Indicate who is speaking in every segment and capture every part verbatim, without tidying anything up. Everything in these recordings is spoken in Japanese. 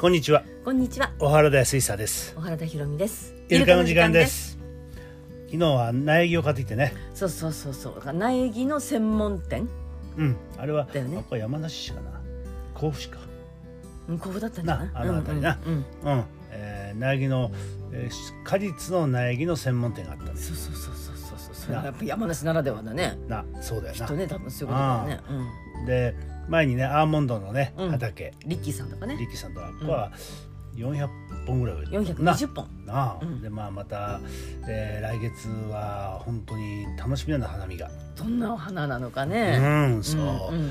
Speaker 1: こんにちは。
Speaker 2: こんにちは。
Speaker 1: 小原田康久です。
Speaker 2: 小原田博美です。
Speaker 1: イルカの時間です。昨日は苗木を買ってきてね。
Speaker 2: そうそうそうそう。苗木の専門店。
Speaker 1: うん。あれは
Speaker 2: だよね。
Speaker 1: これ山梨市かな。甲府市か。
Speaker 2: うん、甲府だったんじゃない？
Speaker 1: なあの辺りな。うん。うんうん、えー、苗木の、えー、果実の苗木の専門店があったね。
Speaker 2: そうそうそうそうそうそう。それはやっぱ山梨ならではだね。
Speaker 1: な、そうだよな。
Speaker 2: きっとね、多分そういうことだよね。
Speaker 1: うん。で前にねアーモンドのね、うん、畑。
Speaker 2: リッキーさんとかね。
Speaker 1: リッキーさんとかは。よんひゃっぽんぐらい
Speaker 2: よんひゃくにじゅっぽん
Speaker 1: なあ、うん、でまあまた、えー、来月は本当に楽しみな花見が
Speaker 2: どんなお花なのかね。
Speaker 1: うんそう、うん、うん、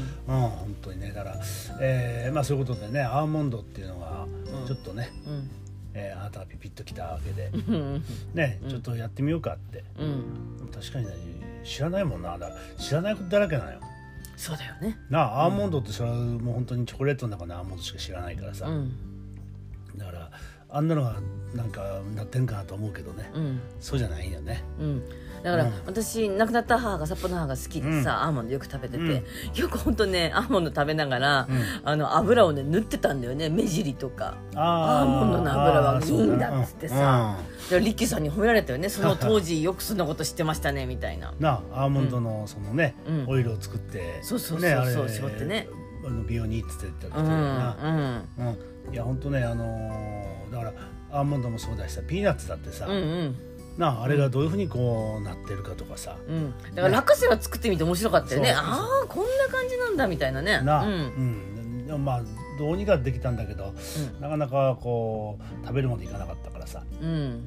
Speaker 1: 本当にねだから、えー、まあそういうことでねアーモンドっていうのがちょっとね、うん、えー、あなたがピピッときたわけでね、うん、ちょっとやってみようかって、うん、確かにね知らないもんなだ知らないことだらけなのよ。
Speaker 2: そうだよね
Speaker 1: なあアーモンドってそれはもう本当にチョコレートの中のアーモンドしか知らないからさ、うん、だからあんなのがなんかなってるかなと思うけどね、うん、そうじゃないよね、うん、
Speaker 2: だから、うん、私亡くなった母が札幌の母が好きでさ、うん、アーモンドよく食べてて、うん、よくほんとねアーモンド食べながら、うん、あの油をね塗ってたんだよね目尻とかアーモンドの油はいいんだっつってさ、うん、リッキーさんに褒められたよねその当時よくそんなこと知ってましたねみたいな
Speaker 1: なアーモンドのそのね、うん、オイルを作って、
Speaker 2: そうそうそうそう絞ってね
Speaker 1: 美容にいいっつって言ったりとかな、うんうんうん、いやほんとねあのー、だからアーモンドもそうだしさピーナッツだってさ、うんうん、なああれがどういうふうにこうなってるかとかさ、うん、
Speaker 2: だから落花生は作ってみて面白かったよね、ね、ああこんな感じなんだみたいなね
Speaker 1: なあ、うんうん、でもまあどうにかできたんだけど、うん、なかなかこう食べるまでいかなかったからさ、うん、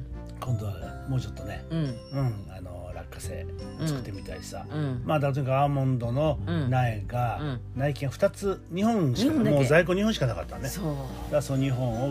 Speaker 1: 今度はもうちょっとね、うんうん、あの落花生作ってみたいしさ、うん、まあだからとにかくアーモンドの苗が、うん、苗木がふたつにほんしかもう在庫にほんしかなかったね。そうだからそのにほんを、うん、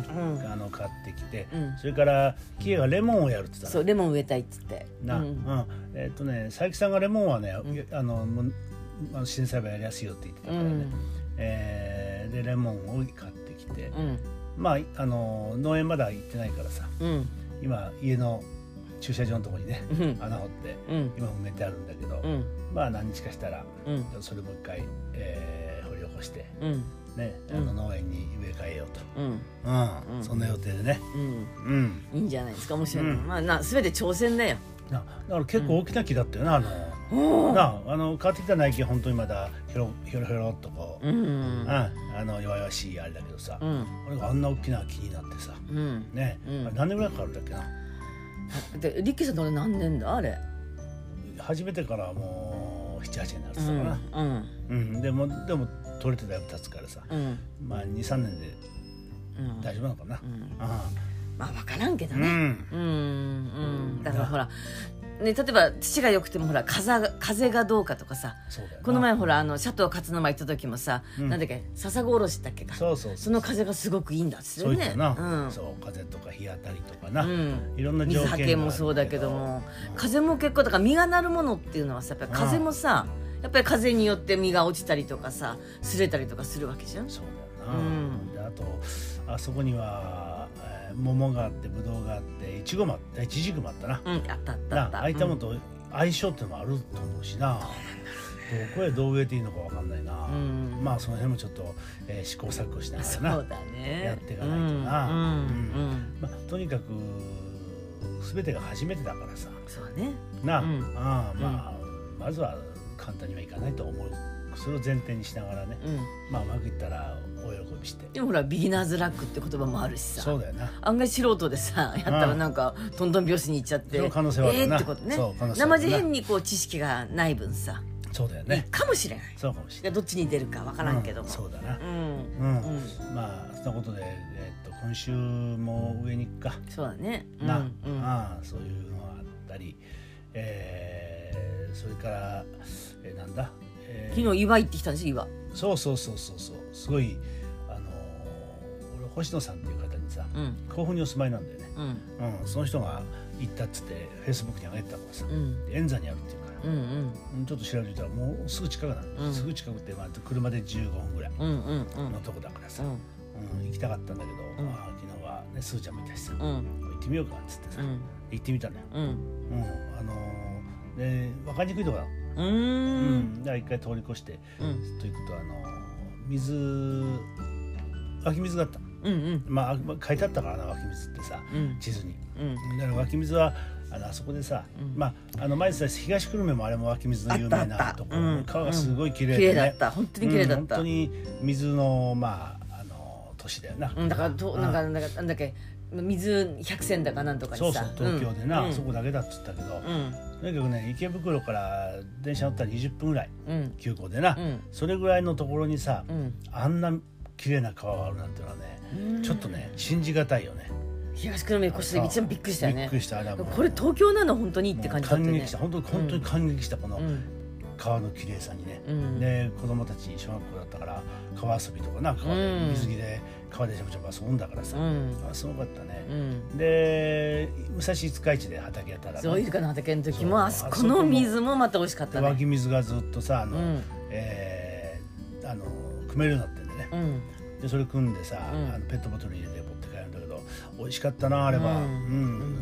Speaker 1: あの買ってきて、うん、それからキエがレモンをやるって言ったの。
Speaker 2: そうレモン植えたいっつって
Speaker 1: な、うんうん、えー、っとね佐伯さんがレモンはね、うん、あの自然栽培やりやすいよって言ってたからね、うん、えー、でレモンを買ってきて、うん、まああの農園まだ行ってないからさ、うん、今家の駐車場のところにね、うん、穴掘って、うん、今埋めてあるんだけど、うん、まあ何日かしたら、うん、それもう一回、えー、掘り起こして、うんね、あの農園に植え替えようと、うんうんうん、そんな予定でね、
Speaker 2: うんうん、いいんじゃないですか面白い、うん、まあな全て挑戦だよ。
Speaker 1: なだから結構大きな木だったよな、うん、あのなあの変わってきた苗木は本当にまだひょろひょろひょろっとこう、うんうん、あの弱々しいあれだけどさ、うん、あれがあんな大きな木になってさ、うん、ね、うん、あれ何年ぐらいかかるんだっけな。
Speaker 2: でリッキーさんと何年だあれ
Speaker 1: 初めてからもうななはちねんになるって言ったかな、うんうん、でもでも取れてだいぶ経つからさ、うん、まあにさんねんで大丈夫なのかな、うんうん、あ
Speaker 2: まあ分からんけどね、うんうんうん、だからほらね、例えば土が良くてもほら 風, 風がどうかとかさこの前ほらあのシャトー勝沼行った時もさ、うん、なんだっけ笹子おろしだっけかそうそうそうその風がすごくいいんだっつってねそう言ったな、うん、そう
Speaker 1: 風とか日当たりとかな、うん、いろんな条件が
Speaker 2: 水はけもそうだけども、うん、風も結構だから実がなるものっていうのはさやっぱり風もさ、うん、やっぱり風によって実が落ちたりとかさ擦れたりとかするわけじゃん。
Speaker 1: そうだよな、うん、であとあそこには桃があってぶどうがあっていちごもあったいちじくもあったな、
Speaker 2: うん、あったあったあった
Speaker 1: ああいったものと相性ってのもあると思うしな、うん、どこへどう植えていいのか分かんないな、うん、まあその辺もちょっと、えー、試行錯誤しながらな
Speaker 2: そうだ、ね、
Speaker 1: やっていかないとな、うんうんうんまあ、とにかく全てが初めてだからさ
Speaker 2: そうね
Speaker 1: な、うん、あまあ、うん、まずは簡単にはいかないと思うそれを前提にしながらね、うん、まあうまくいったらお喜びして
Speaker 2: でもほらビギナーズラックって言葉もあるしさ
Speaker 1: そうだよな
Speaker 2: 案外素人でさやったらなんかトントン拍子にいっちゃって
Speaker 1: その可能性はあるな
Speaker 2: えーってことね生地変にこう知識がない分さ
Speaker 1: そうだよね
Speaker 2: かもしれない
Speaker 1: そうかもしれない
Speaker 2: どっちに出るか分からんけども、
Speaker 1: うん、そうだなうん、うんうん、まあそんなことで、えー、っと今週も上に行くか
Speaker 2: そうだね
Speaker 1: な、うんうん、あそういうのがあったり、えー、それから、えー、なんだ
Speaker 2: えー、昨日岩行ってきたんです岩
Speaker 1: そうそうそうそうそうすごいあのー、俺星野さんっていう方にさ、うん、甲府にお住まいなんだよね、うんうん、その人が行ったっつってフェイスブックに上げてたからさ、うん、円座にあるっていうから、うんうん、ちょっと調べてみたらもうすぐ近くなる、うん、すぐ近くって、まあ、車でじゅうごふんぐらいのとこだからさ、うんうん、行きたかったんだけど、うんまあ、昨日はねすーちゃんもいたしさ、うん、行ってみようかっつってさ、うん、行ってみたのよ、うんうんあのー、で分かりにくいところだうん、うん、だから一回通り越して、うん、と行くとあの水湧き水があった、う
Speaker 2: うんうん、
Speaker 1: まあ書いてあったからな湧き水ってさ、うん、地図に、うん、だから湧き水はあのあそこでさ、うん、まああの前言った東久留米もあれも湧き水の有名なところ、うん、川がすごい綺麗で、ね、
Speaker 2: 綺麗だった本当に綺麗だった、
Speaker 1: うん、本当に水のまああの都市だよな、
Speaker 2: うん、だからとなんかなんかなんだっけ水百選だかなんとかにさ
Speaker 1: そうそう東京でな、うん、そこだけだっつったけど、うん、とにかくね池袋から電車乗ったらにじゅっぷんぐらい、うん、急行でな、うん、それぐらいのところにさ、うん、あんな綺麗な川があるなんてのはね、うん、ちょっとね信じがたいよね。
Speaker 2: 東久留米越して一番びっくりしたよね。
Speaker 1: びっくりしたあれは
Speaker 2: これ東京なの本当にって感じだったね。
Speaker 1: 感激した本当に本当に感激した、この川の綺麗さにね、うん、で子供たち小学校だったから川遊びとかな川で水着で川でしゃぶしゃぶ遊んだからさ、うん、あすごかったね、うん、で武蔵五日市で畑やったら、ね、
Speaker 2: そういうかの畑の時もあそこの水もまた美味しかったね。
Speaker 1: 湧き水がずっとさあの、うんえー、あの汲めるようになってんでね、うん、でそれ汲んでさ、うん、あのペットボトルに入れて持って帰るんだけど美味しかったなあれは、うんうん、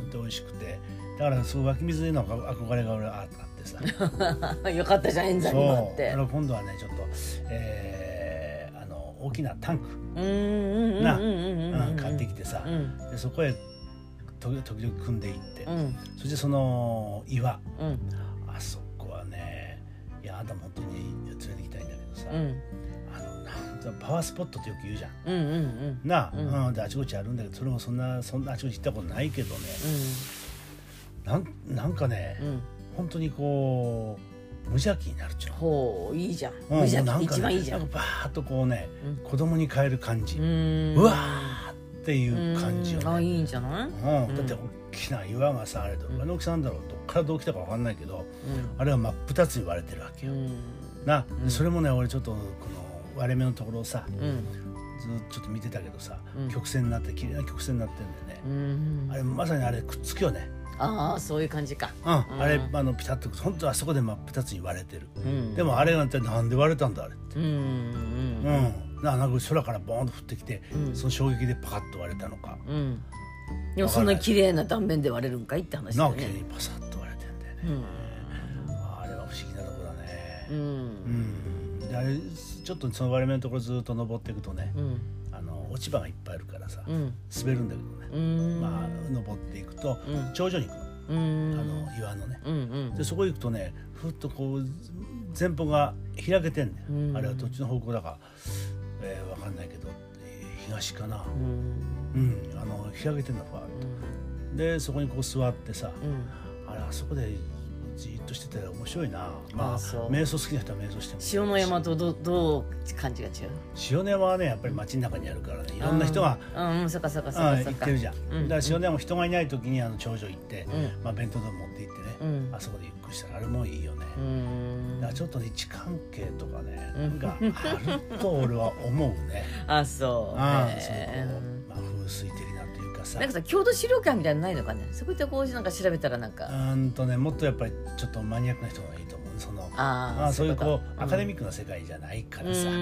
Speaker 1: で美味しくてだからそう湧き水への憧れが俺あってさ
Speaker 2: よかったじゃん円座にもあって。
Speaker 1: そう今度はねちょっと、えー、あの大きなタンクな買ってきてさ、うん、でそこへ時々汲んでいって、うん、そしてその岩、うん、あそこはねいやあんたも本当に連れて行きたいんだけどさ、うん、あのなんパワースポットってよく言うじゃん、うんうんうん、な、うんうん、であちこちあるんだけどそれもそんなそんなあちこち行ったことないけどね、うん、なんなんかね、うん、本当にこう無邪気になるっちゅうの。
Speaker 2: ほういいじゃん、うん、無邪気って一番いいじゃん。
Speaker 1: なんかバーッとこうね、うん、子供に変える感じ、う, うわーっていう感じよね。
Speaker 2: あいいんじゃない、うん、
Speaker 1: だって大きな岩がさあれどれぐらいの大きさなんだろう、どっからどう来たか分かんないけど、うん、あれは真っ二つに割れてるわけよ、うん、な、うん、それもね俺ちょっとこの割れ目のところをさ、うん、ずっとちょっと見てたけどさ、うん、曲線になって綺麗な曲線になってんだよね、うん、あれまさにあれくっつくよね。
Speaker 2: ああそういう感じか、
Speaker 1: うん、あれあのピタッと本当はあそこで真っ二つに割れてる、うん、でもあれなんてなんで割れたんだあれって、うんうんうん、ななんか空からボーンと降ってきて、うん、その衝撃でパカッと割れたのか、うん、
Speaker 2: でもそんな綺麗な断面で割れるんかいって話だよね。
Speaker 1: な綺麗にパサッと割れてんだよね、うん、あれは不思議なとこだね、うんうん、であれちょっとその割れ目のところずっと登っていくとね、うん、あの落ち葉がいっぱいあるからさ、うん、滑るんだけどね、うんまあ、登っていくと、うん、頂上に行くの、うん、あの岩のね、うんうん、でそこ行くとねふっとこう前方が開けてんね、うん、あれはどっちの方向だか、えー、分かんないけど東かな、うん、うん、あの開けてんのふわっと、うん、でそこにこう座ってさ、うん、あれあそこでじっとしてて面白いな。まあ瞑想好きな人は瞑想しても
Speaker 2: 塩の山と ど, どう感じが違う。
Speaker 1: 塩の山はねやっぱり街の中にあるからねいろんな人が
Speaker 2: うんそかそかそか
Speaker 1: 行ってるじゃん、うん、だから塩の山も人がいない時にあの頂上行って、うんまあ、弁当でも持って行ってね、うん、あそこでゆっくりしたらあれもいいよね。うんだからちょっとね位置関係とかねなんかあると俺は思うね
Speaker 2: あそう
Speaker 1: ああそうまあ風水的なというかさ
Speaker 2: なんかさ郷土資料館みたいなのないのかね。そこいったこうなんか調べたらなんか
Speaker 1: うんとねもっとやっぱりちょっとマニアックな人がいいと思う。そのああそういうこうアカデミックな世界じゃないからさ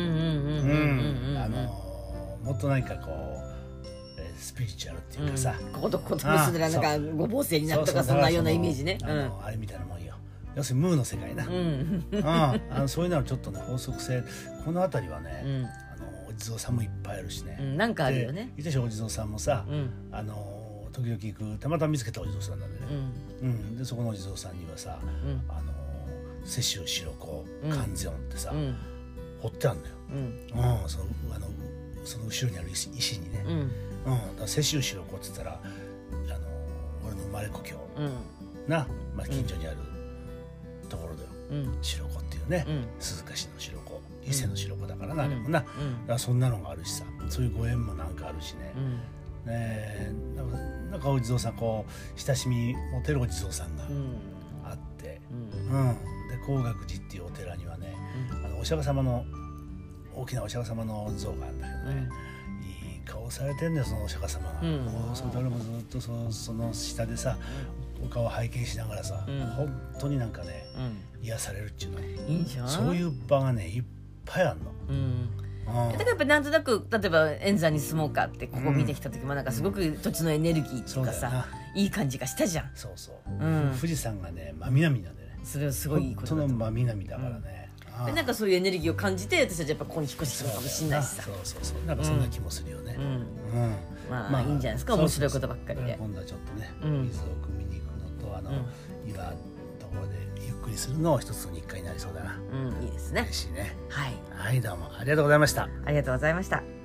Speaker 1: もっと何かこう、えー、スピリチュアルっていうかさ、うん、こことここと結んでなんかごぼう星になるとかそんなようなイメージね。あの、うん、あれみたいなもんよ。要するにムーの世界な、うんうん、あのそういうのはちょっとね法則性この辺りはね、うん、あのお地蔵さんもいっぱいあるしね、うん、
Speaker 2: なんかあるよね。
Speaker 1: いたしお地蔵さんもさ、うん、あの時々行くたまたま見つけたお地蔵さんなんでね、うんうん、でそこのお地蔵さんにはさ、うん、あの雪舟白子観世音ってさ、うん、彫ってあるんだよ、うんうん、そのあのその後ろにある 石, 石にね、うんうん、だから雪舟白子って言ったらあの俺の生まれ故郷、うん、な、まあ、近所にあるところだよ、うん、白子っていうね、うん、鈴鹿市の白子伊勢の白子だからな、うん、あれもな、うん、だからそんなのがあるしさそういうご縁もなんかあるしね、うんね、なんかなんかお地蔵さんこう親しみ持てるお地蔵さんがあって、うんうん、で光岳寺っていうお寺にはね、うん、あのお釈迦様の大きなお釈迦様の像があるんだけどね、うん、いい顔されてんだよそのお釈迦様が、うん、もうそれ俺もずっと そ, その下でさ、うん、お顔を拝見しながらさ、うん、本当になんかね、うん、癒されるっていうの
Speaker 2: いいじゃん。
Speaker 1: そういう場がねいっぱいあるの、うん
Speaker 2: だからやっぱなんとなく例えば円山に住もうかってここ見てきた時もなんかすごく土地のエネルギーっていうかさ、うん、いい感じがしたじゃん。
Speaker 1: そうそう、うん、富士山がね真南なんでね
Speaker 2: それはすごいいいことだと
Speaker 1: 本当の真南だからね、うん、
Speaker 2: でなんかそういうエネルギーを感じて私たちやっぱここに引っ越してきたのかもしれないしさ。
Speaker 1: そうそうそうなんかそんな気もするよね。
Speaker 2: うん、うん、まあ、まあいいんじゃないですか、面白いことばっかりで。
Speaker 1: 今度はちょっとね、水を汲みに行くのとあの、うん、岩のところでゆっくりするのを一つの日課になりそうだな。
Speaker 2: うん、いいですね。
Speaker 1: 嬉しいね。
Speaker 2: はい、
Speaker 1: はい、どうもありがとうございました。
Speaker 2: ありがとうございました。